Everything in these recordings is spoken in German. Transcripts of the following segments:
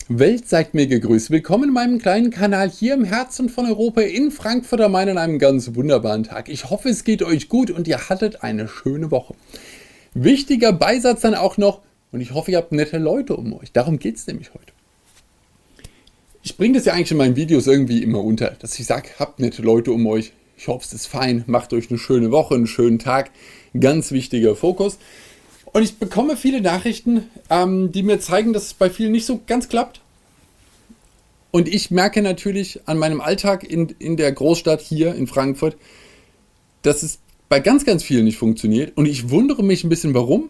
Welt seid mir gegrüßt. Willkommen in meinem kleinen Kanal hier im Herzen von Europa in Frankfurt am Main an einem ganz wunderbaren Tag. Ich hoffe, es geht euch gut und ihr hattet eine schöne Woche. Wichtiger Beisatz dann auch noch, und ich hoffe, ihr habt nette Leute um euch. Darum geht es nämlich heute. Ich bringe das ja eigentlich in meinen Videos irgendwie immer unter, dass ich sage, habt nette Leute um euch. Ich hoffe, es ist fein. Macht euch eine schöne Woche, einen schönen Tag. Ganz wichtiger Fokus. Und ich bekomme viele Nachrichten, die mir zeigen, dass es bei vielen nicht so ganz klappt. Und ich merke natürlich an meinem Alltag in der Großstadt hier in Frankfurt, dass es bei ganz, ganz vielen nicht funktioniert. Und ich wundere mich ein bisschen, warum.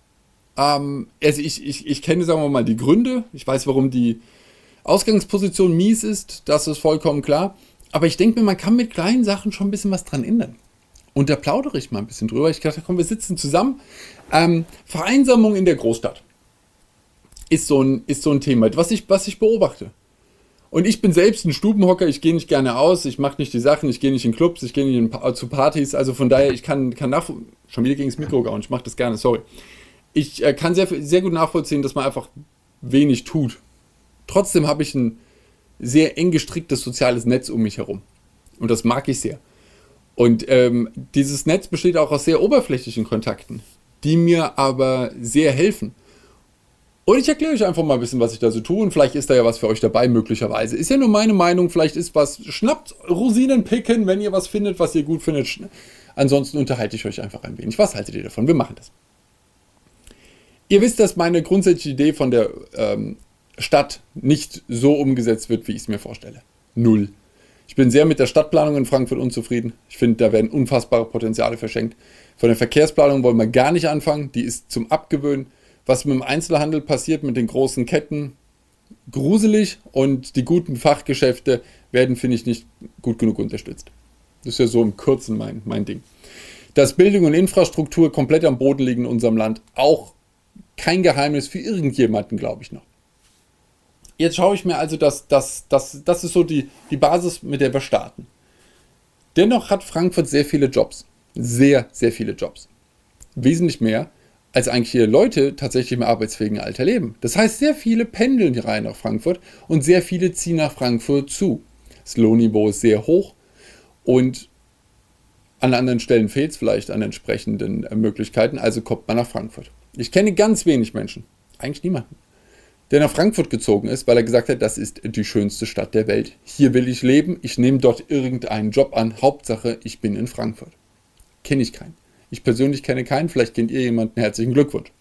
Also ich kenne, sagen wir mal, die Gründe. Ich weiß, warum die Ausgangsposition mies ist. Das ist vollkommen klar. Aber ich denke mir, man kann mit kleinen Sachen schon ein bisschen was dran ändern. Und da plaudere ich mal ein bisschen drüber. Ich dachte, komm, wir sitzen zusammen. Vereinsamung in der Großstadt ist so ein Thema, was ich beobachte. Und ich bin selbst ein Stubenhocker, ich gehe nicht gerne aus, ich mache nicht die Sachen, ich gehe nicht in Clubs, ich gehe nicht zu Partys. Also von daher, ich kann schon wieder gegen das Mikro gehauen, ich mache das gerne, sorry. Ich kann sehr gut nachvollziehen, dass man einfach wenig tut. Trotzdem habe ich ein sehr eng gestricktes soziales Netz um mich herum. Und das mag ich sehr. Und dieses Netz besteht auch aus sehr oberflächlichen Kontakten, die mir aber sehr helfen. Und ich erkläre euch einfach mal ein bisschen, was ich da so tue. Und vielleicht ist da ja was für euch dabei, möglicherweise. Ist ja nur meine Meinung, vielleicht ist was. Schnappt Rosinen picken, wenn ihr was findet, was ihr gut findet. Ansonsten unterhalte ich euch einfach ein wenig. Was haltet ihr davon? Wir machen das. Ihr wisst, dass meine grundsätzliche Idee von der Stadt nicht so umgesetzt wird, wie ich es mir vorstelle. Null. Ich bin sehr mit der Stadtplanung in Frankfurt unzufrieden. Ich finde, da werden unfassbare Potenziale verschenkt. Von der Verkehrsplanung wollen wir gar nicht anfangen. Die ist zum Abgewöhnen. Was mit dem Einzelhandel passiert, mit den großen Ketten, gruselig. Und die guten Fachgeschäfte werden, finde ich, nicht gut genug unterstützt. Das ist ja so im Kurzen mein Ding. Dass Bildung und Infrastruktur komplett am Boden liegen in unserem Land, auch kein Geheimnis für irgendjemanden, glaube ich noch. Jetzt schaue ich mir also, das ist so die Basis, mit der wir starten. Dennoch hat Frankfurt sehr viele Jobs. Sehr, sehr viele Jobs. Wesentlich mehr, als eigentlich hier Leute tatsächlich im arbeitsfähigen Alter leben. Das heißt, sehr viele pendeln hier rein nach Frankfurt und sehr viele ziehen nach Frankfurt zu. Das Lohnniveau ist sehr hoch und an anderen Stellen fehlt es vielleicht an entsprechenden Möglichkeiten, also kommt man nach Frankfurt. Ich kenne ganz wenig Menschen, eigentlich niemanden, der nach Frankfurt gezogen ist, weil er gesagt hat, das ist die schönste Stadt der Welt. Hier will ich leben, ich nehme dort irgendeinen Job an, Hauptsache ich bin in Frankfurt. Kenne ich keinen. Ich persönlich kenne keinen, vielleicht kennt ihr jemanden, herzlichen Glückwunsch.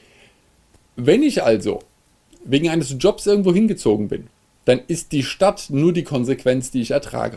Wenn ich also wegen eines Jobs irgendwo hingezogen bin, dann ist die Stadt nur die Konsequenz, die ich ertrage.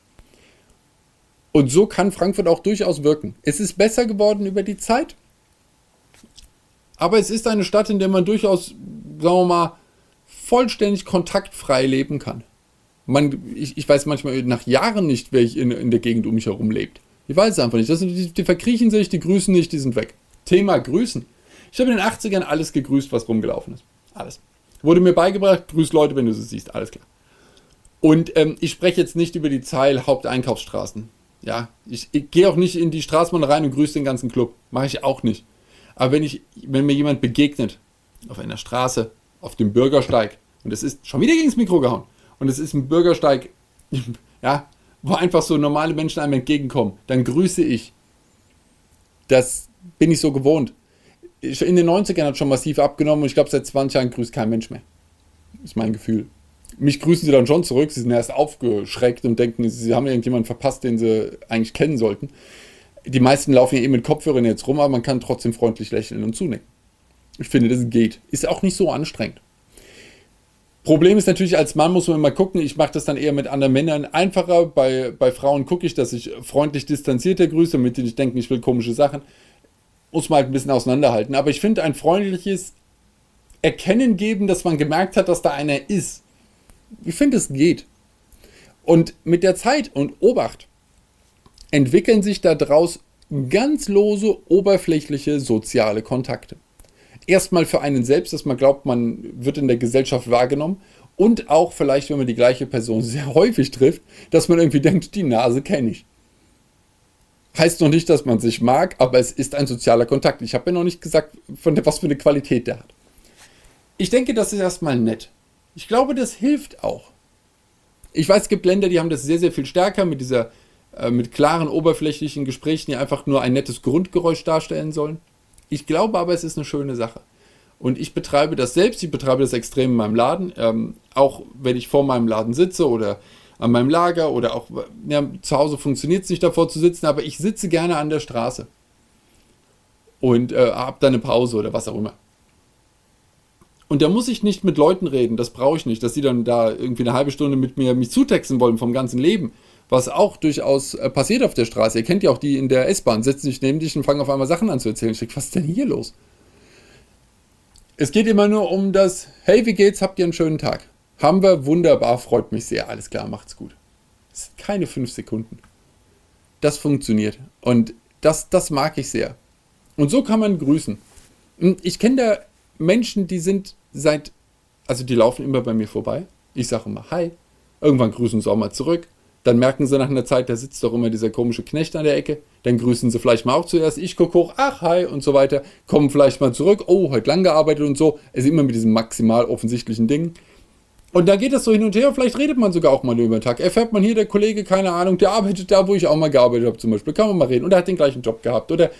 Und so kann Frankfurt auch durchaus wirken. Es ist besser geworden über die Zeit, aber es ist eine Stadt, in der man durchaus, sagen wir mal, vollständig kontaktfrei leben kann. Ich weiß manchmal nach Jahren nicht, wer in der Gegend um mich herum lebt. Ich weiß es einfach nicht. Die verkriechen sich, die grüßen nicht, die sind weg. Thema Grüßen. Ich habe in den 80ern alles gegrüßt, was rumgelaufen ist. Alles. Wurde mir beigebracht, grüß Leute, wenn du sie siehst. Alles klar. Und ich spreche jetzt nicht über die Zeil Haupteinkaufsstraßen. Ja, ich gehe auch nicht in die Straßenbahn rein und grüße den ganzen Club. Mache ich auch nicht. Aber wenn mir jemand begegnet, auf einer Straße, auf dem Bürgersteig, und es ist schon wieder gegen das Mikro gehauen, und es ist ein Bürgersteig, ja, wo einfach so normale Menschen einem entgegenkommen, dann grüße ich. Das bin ich so gewohnt. In den 90ern hat es schon massiv abgenommen und ich glaube, seit 20 Jahren grüßt kein Mensch mehr. Ist mein Gefühl. Mich grüßen sie dann schon zurück, sie sind erst aufgeschreckt und denken, sie haben irgendjemanden verpasst, den sie eigentlich kennen sollten. Die meisten laufen ja mit Kopfhörern jetzt rum, aber man kann trotzdem freundlich lächeln und zunicken. Ich finde, das geht. Ist auch nicht so anstrengend. Problem ist natürlich, als Mann muss man immer gucken, ich mache das dann eher mit anderen Männern einfacher. Bei Frauen gucke ich, dass ich freundlich distanzierter grüße, damit die nicht denken, ich will komische Sachen. Muss man halt ein bisschen auseinanderhalten. Aber ich finde, ein freundliches Erkennen geben, dass man gemerkt hat, dass da einer ist. Ich finde, es geht. Und mit der Zeit und Obacht entwickeln sich daraus ganz lose, oberflächliche soziale Kontakte. Erstmal für einen selbst, dass man glaubt, man wird in der Gesellschaft wahrgenommen und auch vielleicht, wenn man die gleiche Person sehr häufig trifft, dass man irgendwie denkt, die Nase kenne ich. Heißt noch nicht, dass man sich mag, aber es ist ein sozialer Kontakt. Ich habe ja noch nicht gesagt, was für eine Qualität der hat. Ich denke, das ist erstmal nett. Ich glaube, das hilft auch. Ich weiß, es gibt Länder, die haben das sehr, sehr viel stärker mit klaren, oberflächlichen Gesprächen, die einfach nur ein nettes Grundgeräusch darstellen sollen. Ich glaube aber, es ist eine schöne Sache. Und ich betreibe das selbst, ich betreibe das extrem in meinem Laden, auch wenn ich vor meinem Laden sitze oder an meinem Lager oder auch ja, zu Hause funktioniert es nicht davor zu sitzen, aber ich sitze gerne an der Straße und habe dann eine Pause oder was auch immer. Und da muss ich nicht mit Leuten reden, das brauche ich nicht, dass die dann da irgendwie eine halbe Stunde mit mir mich zutexten wollen vom ganzen Leben, was auch durchaus passiert auf der Straße. Ihr kennt ja auch die in der S-Bahn, setzen sich neben dich und fangen auf einmal Sachen an zu erzählen. Ich denke, was ist denn hier los? Es geht immer nur um das, hey, wie geht's, habt ihr einen schönen Tag? Haben wir, wunderbar, freut mich sehr, alles klar, macht's gut. Das sind keine 5 Sekunden. Das funktioniert und das mag ich sehr. Und so kann man grüßen. Und ich kenne da Menschen, die sind also die laufen immer bei mir vorbei. Ich sage immer Hi. Irgendwann grüßen sie auch mal zurück. Dann merken sie nach einer Zeit, da sitzt doch immer dieser komische Knecht an der Ecke. Dann grüßen sie vielleicht mal auch zuerst. Ich gucke hoch, ach, hi und so weiter. Kommen vielleicht mal zurück. Oh, heute lang gearbeitet und so. Es ist immer mit diesen maximal offensichtlichen Dingen. Und da geht das so hin und her. Vielleicht redet man sogar auch mal über den Tag. Erfährt man hier, der Kollege, keine Ahnung, der arbeitet da, wo ich auch mal gearbeitet habe zum Beispiel. Kann man mal reden. Und er hat den gleichen Job gehabt. Oder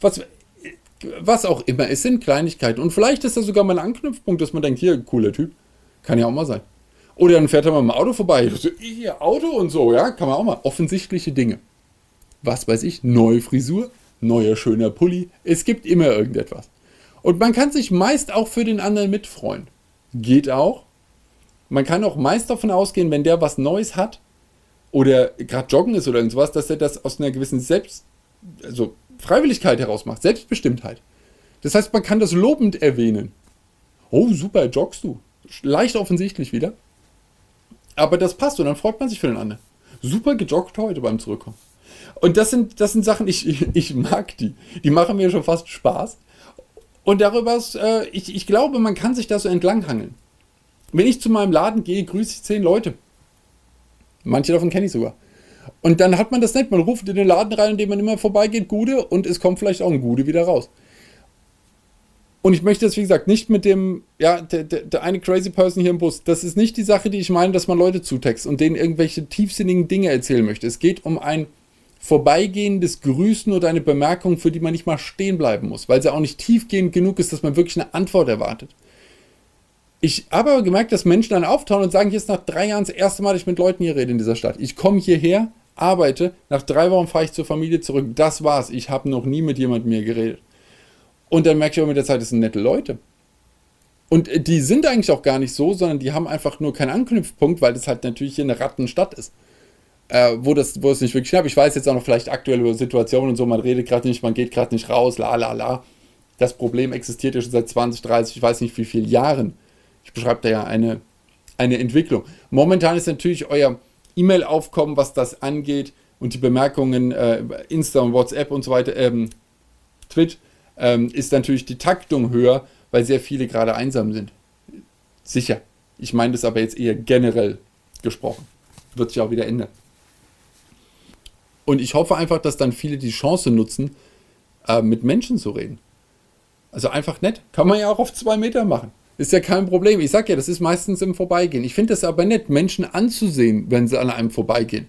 was auch immer. Es sind Kleinigkeiten. Und vielleicht ist das sogar mal ein Anknüpfpunkt, dass man denkt, hier, cooler Typ. Kann ja auch mal sein. Oder dann fährt er mal mit dem Auto vorbei. So, hier, Auto und so, ja, kann man auch mal. Offensichtliche Dinge. Was weiß ich, neue Frisur, neuer schöner Pulli. Es gibt immer irgendetwas. Und man kann sich meist auch für den anderen mitfreuen. Geht auch. Man kann auch meist davon ausgehen, wenn der was Neues hat oder gerade joggen ist oder irgendwas, dass er das aus einer gewissen also Freiwilligkeit heraus macht, Selbstbestimmtheit. Das heißt, man kann das lobend erwähnen. Oh, super, joggst du. Leicht offensichtlich wieder. Aber das passt und dann freut man sich für den anderen. Super gejoggt heute beim Zurückkommen. Und das sind Sachen, ich mag die. Die machen mir schon fast Spaß. Und darüber, ich glaube, man kann sich da so entlanghangeln. Wenn ich zu meinem Laden gehe, grüße ich 10 Leute. Manche davon kenne ich sogar. Und dann hat man das nicht. Man ruft in den Laden rein, in dem man immer vorbeigeht, Gude, und es kommt vielleicht auch ein Gude wieder raus. Und ich möchte das, wie gesagt, nicht mit dem, ja, der eine crazy person hier im Bus, das ist nicht die Sache, die ich meine, dass man Leute zutextet und denen irgendwelche tiefsinnigen Dinge erzählen möchte. Es geht um ein vorbeigehendes Grüßen oder eine Bemerkung, für die man nicht mal stehen bleiben muss, weil sie auch nicht tiefgehend genug ist, dass man wirklich eine Antwort erwartet. Ich habe aber gemerkt, dass Menschen dann auftauchen und sagen, hier ist nach 3 Jahren das erste Mal, dass ich mit Leuten hier rede in dieser Stadt. Ich komme hierher, arbeite, nach 3 Wochen fahre ich zur Familie zurück. Das war's. Ich habe noch nie mit jemandem mehr geredet. Und dann merke ich auch mit der Zeit, das sind nette Leute. Und die sind eigentlich auch gar nicht so, sondern die haben einfach nur keinen Anknüpfpunkt, weil das halt natürlich hier eine Rattenstadt ist. Wo es nicht wirklich gab. Ich weiß jetzt auch noch vielleicht aktuell über Situationen und so, man redet gerade nicht, man geht gerade nicht raus, la la la. Das Problem existiert ja schon seit 20, 30, ich weiß nicht wie vielen Jahren. Ich beschreibe da ja eine Entwicklung. Momentan ist natürlich euer E-Mail-Aufkommen, was das angeht und die Bemerkungen, Insta und WhatsApp und so weiter, Twitch, ist natürlich die Taktung höher, weil sehr viele gerade einsam sind. Sicher. Ich meine das aber jetzt eher generell gesprochen. Wird sich auch wieder ändern. Und ich hoffe einfach, dass dann viele die Chance nutzen, mit Menschen zu reden. Also einfach nett. Kann man ja auch auf 2 Meter machen. Ist ja kein Problem. Ich sag ja, das ist meistens im Vorbeigehen. Ich finde es aber nett, Menschen anzusehen, wenn sie an einem vorbeigehen.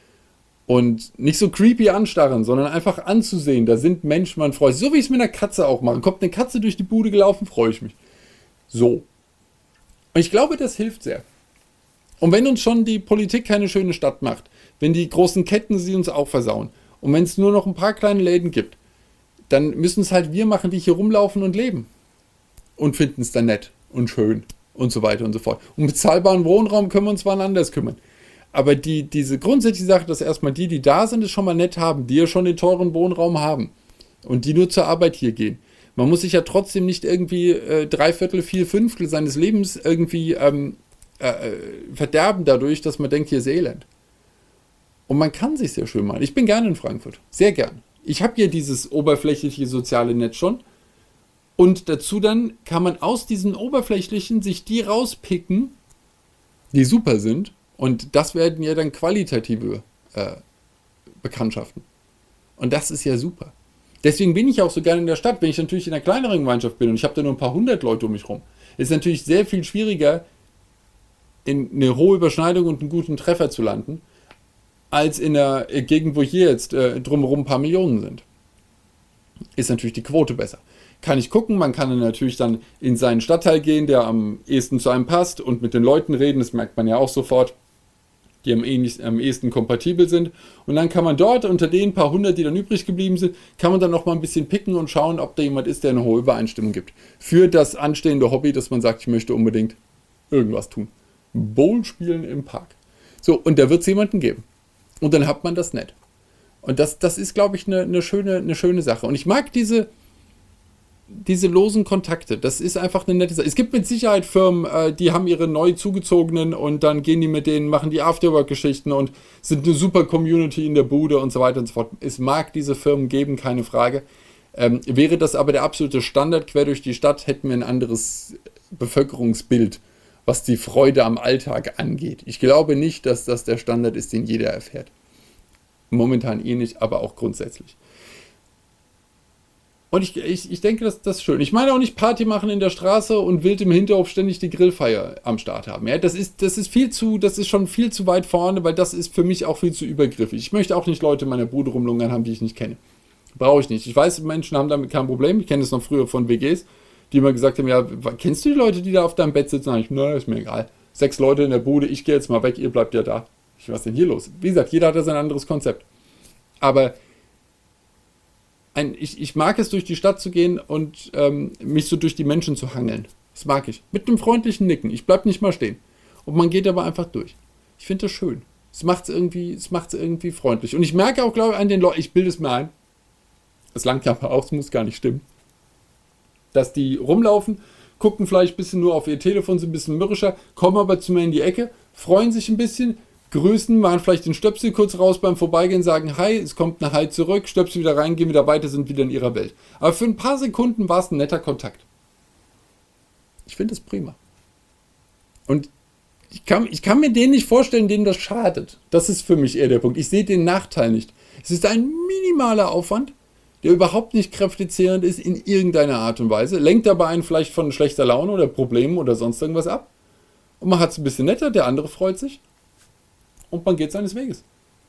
Und nicht so creepy anstarren, sondern einfach anzusehen. Da sind Menschen, man freut sich. So wie ich es mit einer Katze auch mache. Kommt eine Katze durch die Bude gelaufen, freue ich mich. So. Und ich glaube, das hilft sehr. Und wenn uns schon die Politik keine schöne Stadt macht, wenn die großen Ketten sie uns auch versauen und wenn es nur noch ein paar kleine Läden gibt, dann müssen es halt wir machen, die hier rumlaufen und leben. Und finden es dann nett und schön und so weiter und so fort. Um bezahlbaren Wohnraum können wir uns wann anders kümmern. Aber diese grundsätzliche Sache, dass erstmal die da sind, es schon mal nett haben, die ja schon den teuren Wohnraum haben und die nur zur Arbeit hier gehen. Man muss sich ja trotzdem nicht irgendwie 3/4, 4/5 seines Lebens irgendwie verderben dadurch, dass man denkt, hier ist Elend. Und man kann sich sehr schön machen. Ich bin gerne in Frankfurt. Sehr gern. Ich habe hier dieses oberflächliche soziale Netz schon. Und dazu dann kann man aus diesen oberflächlichen sich die rauspicken, die super sind. Und das werden ja dann qualitative Bekanntschaften. Und das ist ja super. Deswegen bin ich auch so gerne in der Stadt. Wenn ich natürlich in einer kleineren Gemeinschaft bin und ich habe da nur ein paar hundert Leute um mich rum, ist es natürlich sehr viel schwieriger, in eine hohe Überschneidung und einen guten Treffer zu landen, als in der Gegend, wo hier jetzt drumherum ein paar Millionen sind. Ist natürlich die Quote besser. Kann ich gucken, man kann dann natürlich dann in seinen Stadtteil gehen, der am ehesten zu einem passt und mit den Leuten reden, das merkt man ja auch sofort, die am ehesten kompatibel sind. Und dann kann man dort unter den paar hundert, die dann übrig geblieben sind, kann man dann noch mal ein bisschen picken und schauen, ob da jemand ist, der eine hohe Übereinstimmung gibt. Für das anstehende Hobby, dass man sagt, ich möchte unbedingt irgendwas tun. Bowl spielen im Park. So, und da wird es jemanden geben. Und dann hat man das nett. Und das ist, glaube ich, eine schöne Sache. Und ich mag diese losen Kontakte. Das ist einfach eine nette Sache. Es gibt mit Sicherheit Firmen, die haben ihre neu zugezogenen und dann gehen die mit denen, machen die Afterwork-Geschichten und sind eine super Community in der Bude und so weiter und so fort. Es mag diese Firmen geben, keine Frage. Wäre das aber der absolute Standard quer durch die Stadt, hätten wir ein anderes Bevölkerungsbild, was die Freude am Alltag angeht. Ich glaube nicht, dass das der Standard ist, den jeder erfährt. Momentan eh nicht, aber auch grundsätzlich. Und ich denke, das ist schön. Ich meine auch nicht Party machen in der Straße und wild im Hinterhof ständig die Grillfeier am Start haben. Ja, das ist schon viel zu weit vorne, weil das ist für mich auch viel zu übergriffig. Ich möchte auch nicht Leute in meiner Bude rumlungern haben, die ich nicht kenne. Brauche ich nicht. Ich weiß, Menschen haben damit kein Problem. Ich kenne das noch früher von WGs, die immer gesagt haben, ja, kennst du die Leute, die da auf deinem Bett sitzen? Und ich, na, ist mir egal. 6 Leute in der Bude, ich gehe jetzt mal weg, ihr bleibt ja da. Was ist denn hier los? Wie gesagt, jeder hat ja sein anderes Konzept. Aber ich mag es, durch die Stadt zu gehen und mich so durch die Menschen zu hangeln. Das mag ich. Mit einem freundlichen Nicken. Ich bleib nicht mal stehen. Und man geht aber einfach durch. Ich finde das schön. Es macht es irgendwie freundlich. Und ich merke auch, glaube ich, an den Leuten, ich bilde es mir ein, es langt aber auch, es muss gar nicht stimmen, dass die rumlaufen, gucken vielleicht ein bisschen nur auf ihr Telefon, sind ein bisschen mürrischer, kommen aber zu mir in die Ecke, freuen sich ein bisschen, grüßen, machen vielleicht den Stöpsel kurz raus beim Vorbeigehen, sagen Hi, es kommt eine Hi zurück, Stöpsel wieder rein, gehen wieder weiter, sind wieder in ihrer Welt. Aber für ein paar Sekunden war es ein netter Kontakt. Ich finde es prima. Und ich kann mir den nicht vorstellen, denen das schadet. Das ist für mich eher der Punkt. Ich sehe den Nachteil nicht. Es ist ein minimaler Aufwand, der überhaupt nicht kräftezehrend ist in irgendeiner Art und Weise, lenkt dabei einen vielleicht von schlechter Laune oder Problemen oder sonst irgendwas ab. Und man hat es ein bisschen netter, der andere freut sich. Und man geht seines Weges.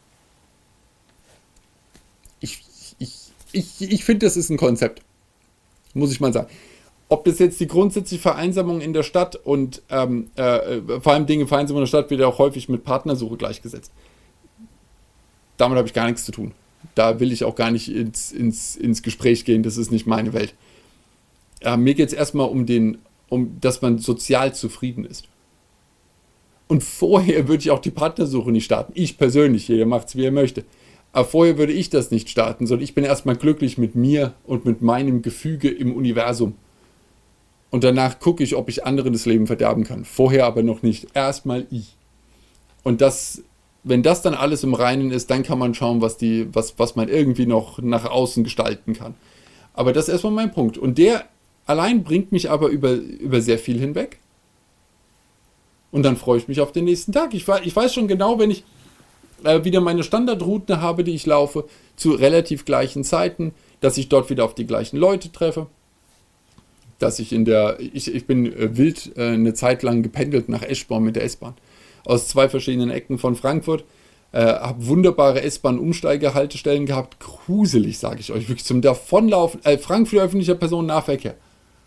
Ich finde, das ist ein Konzept. Muss ich mal sagen. Ob das jetzt die grundsätzliche Vereinsamung in der Stadt und vor allem Vereinsamung in der Stadt wird ja auch häufig mit Partnersuche gleichgesetzt. Damit habe ich gar nichts zu tun. Da will ich auch gar nicht ins Gespräch gehen. Das ist nicht meine Welt. Mir geht es erstmal dass man sozial zufrieden ist. Und vorher würde ich auch die Partnersuche nicht starten. Ich persönlich, jeder macht es, wie er möchte. Aber vorher würde ich das nicht starten, sondern ich bin erstmal glücklich mit mir und mit meinem Gefüge im Universum. Und danach gucke ich, ob ich anderen das Leben verderben kann. Vorher aber noch nicht. Erstmal ich. Und wenn das dann alles im Reinen ist, dann kann man schauen, was man irgendwie noch nach außen gestalten kann. Aber das ist erstmal mein Punkt. Und der allein bringt mich aber über sehr viel hinweg. Und dann freue ich mich auf den nächsten Tag. Ich weiß schon genau, wenn ich wieder meine Standardrouten habe, die ich laufe, zu relativ gleichen Zeiten, dass ich dort wieder auf die gleichen Leute treffe. Dass ich ich bin wild eine Zeit lang gependelt nach Eschborn mit der S-Bahn. Aus 2 verschiedenen Ecken von Frankfurt. Habe wunderbare S-Bahn-Umsteigehaltestellen gehabt. Gruselig, sage ich euch. Wirklich zum Davonlaufen. Frankfurt öffentlicher Personennahverkehr.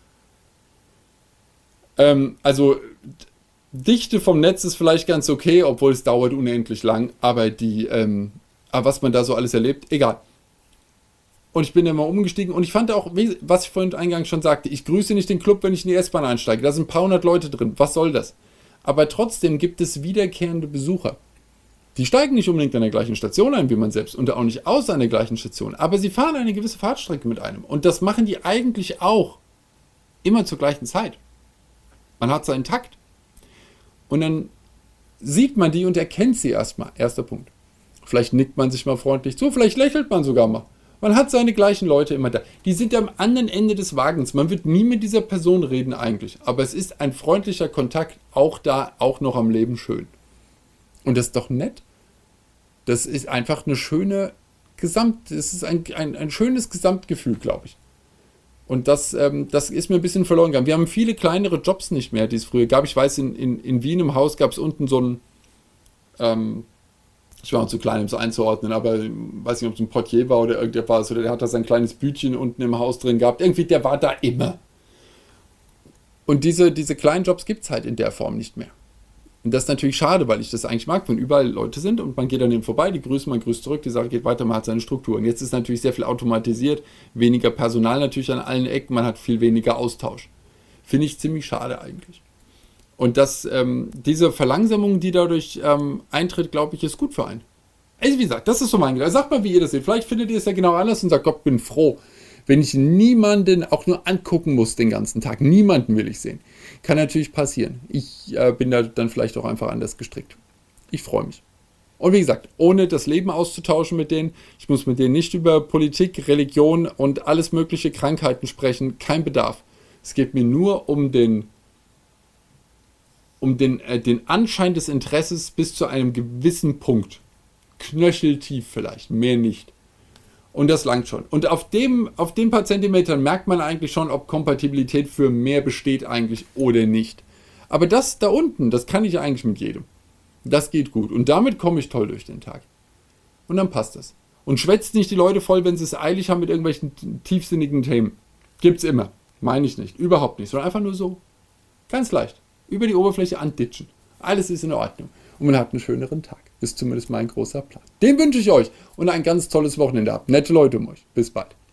Also Dichte vom Netz ist vielleicht ganz okay, obwohl es dauert unendlich lang, aber was man da so alles erlebt, egal. Und ich bin dann mal umgestiegen und ich fand auch, was ich vorhin eingangs schon sagte, ich grüße nicht den Club, wenn ich in die S-Bahn einsteige. Da sind ein paar hundert Leute drin. Was soll das? Aber trotzdem gibt es wiederkehrende Besucher. Die steigen nicht unbedingt an der gleichen Station ein wie man selbst und auch nicht aus an der gleichen Station, aber sie fahren eine gewisse Fahrtstrecke mit einem. Und das machen die eigentlich auch immer zur gleichen Zeit. Man hat seinen Takt. Und dann sieht man die und erkennt sie erstmal. Erster Punkt. Vielleicht nickt man sich mal freundlich zu, vielleicht lächelt man sogar mal. Man hat seine gleichen Leute immer da. Die sind am anderen Ende des Wagens. Man wird nie mit dieser Person reden eigentlich. Aber es ist ein freundlicher Kontakt, auch da, auch noch am Leben schön. Und das ist doch nett. Das ist einfach eine schöne das ist ein schönes Gesamtgefühl, glaube ich. Und das ist mir ein bisschen verloren gegangen. Wir haben viele kleinere Jobs nicht mehr, die es früher gab. Ich weiß, in Wien im Haus gab es unten so ein, ich war noch zu klein, um es einzuordnen, aber ich weiß nicht, ob es ein Portier war oder irgendetwas, oder der hat da sein kleines Bütchen unten im Haus drin gehabt. Irgendwie, der war da immer. Und diese kleinen Jobs gibt es halt in der Form nicht mehr. Und das ist natürlich schade, weil ich das eigentlich mag, wenn überall Leute sind und man geht an denen vorbei, die grüßen, man grüßt zurück, die Sache geht weiter, man hat seine Struktur. Und jetzt ist natürlich sehr viel automatisiert, weniger Personal natürlich an allen Ecken, man hat viel weniger Austausch. Finde ich ziemlich schade eigentlich. Und diese Verlangsamung, die dadurch eintritt, glaube ich, ist gut für einen. Also wie gesagt, das ist so mein Gedanke. Sagt mal, wie ihr das seht. Vielleicht findet ihr es ja genau anders und sagt, Gott, bin froh, wenn ich niemanden auch nur angucken muss den ganzen Tag. Niemanden will ich sehen. Kann natürlich passieren. Ich bin da dann vielleicht auch einfach anders gestrickt. Ich freue mich. Und wie gesagt, ohne das Leben auszutauschen mit denen, ich muss mit denen nicht über Politik, Religion und alles mögliche Krankheiten sprechen, kein Bedarf. Es geht mir nur um den Anschein des Interesses bis zu einem gewissen Punkt. Knöcheltief vielleicht, mehr nicht. Und das langt schon. Und auf dem paar Zentimetern merkt man eigentlich schon, ob Kompatibilität für mehr besteht eigentlich oder nicht. Aber das da unten, das kann ich eigentlich mit jedem. Das geht gut. Und damit komme ich toll durch den Tag. Und dann passt das. Und schwätzt nicht die Leute voll, wenn sie es eilig haben mit irgendwelchen tiefsinnigen Themen. Gibt's immer. Meine ich nicht. Überhaupt nicht. Sondern einfach nur so. Ganz leicht. Über die Oberfläche anditschen. Alles ist in Ordnung. Und man hat einen schöneren Tag. Ist zumindest mein großer Plan. Den wünsche ich euch und ein ganz tolles Wochenende habt. Nette Leute um euch. Bis bald.